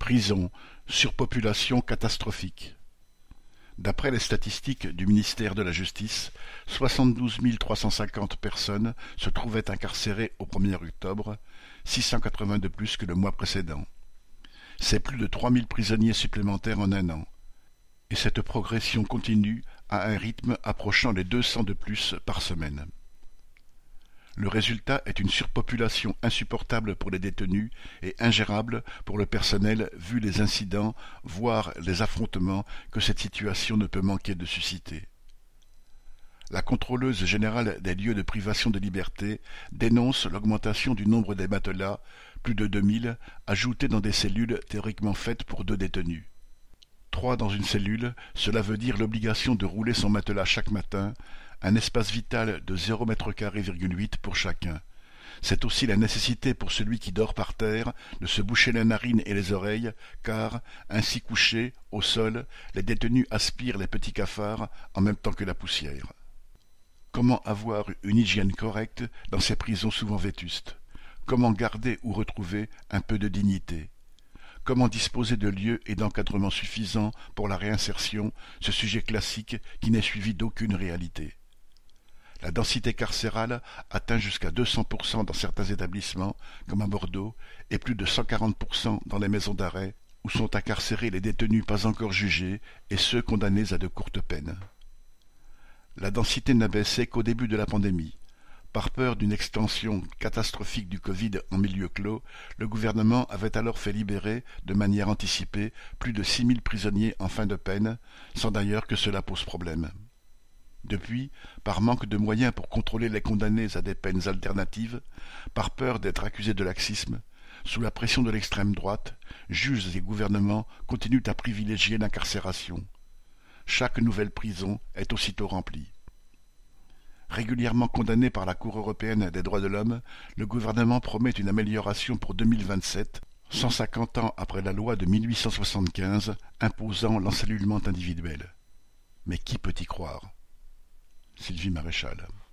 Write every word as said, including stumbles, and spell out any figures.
Prison, surpopulation catastrophique. D'après les statistiques du ministère de la Justice, soixante-douze mille trois cent cinquante personnes se trouvaient incarcérées au premier octobre, six cent quatre-vingts de plus que le mois précédent. C'est plus de trois mille prisonniers supplémentaires en un an. Et cette progression continue à un rythme approchant les deux cents de plus par semaine. Le résultat est une surpopulation insupportable pour les détenus et ingérable pour le personnel vu les incidents, voire les affrontements que cette situation ne peut manquer de susciter. La contrôleuse générale des lieux de privation de liberté dénonce l'augmentation du nombre des matelas, plus de deux mille, ajoutés dans des cellules théoriquement faites pour deux détenus. Trois dans une cellule, cela veut dire l'obligation de rouler son matelas chaque matin, un espace vital de zéro mètre carré virgule huit pour chacun. C'est aussi la nécessité pour celui qui dort par terre de se boucher les narines et les oreilles, car, ainsi couchés, au sol, les détenus aspirent les petits cafards en même temps que la poussière. Comment avoir une hygiène correcte dans ces prisons souvent vétustes? Comment garder ou retrouver un peu de dignité? Comment disposer de lieux et d'encadrement suffisants pour la réinsertion, ce sujet classique qui n'est suivi d'aucune réalité? La densité carcérale atteint jusqu'à deux cents pour cent dans certains établissements, comme à Bordeaux, et plus de cent quarante pour cent dans les maisons d'arrêt, où sont incarcérés les détenus pas encore jugés et ceux condamnés à de courtes peines. La densité n'a baissé qu'au début de la pandémie. Par peur d'une extension catastrophique du Covid en milieu clos, le gouvernement avait alors fait libérer, de manière anticipée, plus de six mille prisonniers en fin de peine, sans d'ailleurs que cela pose problème. Depuis, par manque de moyens pour contrôler les condamnés à des peines alternatives, par peur d'être accusés de laxisme, sous la pression de l'extrême droite, juges et gouvernements continuent à privilégier l'incarcération. Chaque nouvelle prison est aussitôt remplie. Régulièrement condamné par la Cour européenne des droits de l'homme, le gouvernement promet une amélioration pour deux mille vingt-sept, cent cinquante ans après la loi de mille huit cent soixante-quinze imposant l'encellulement individuel. Mais qui peut y croire? Sylvie Maréchal.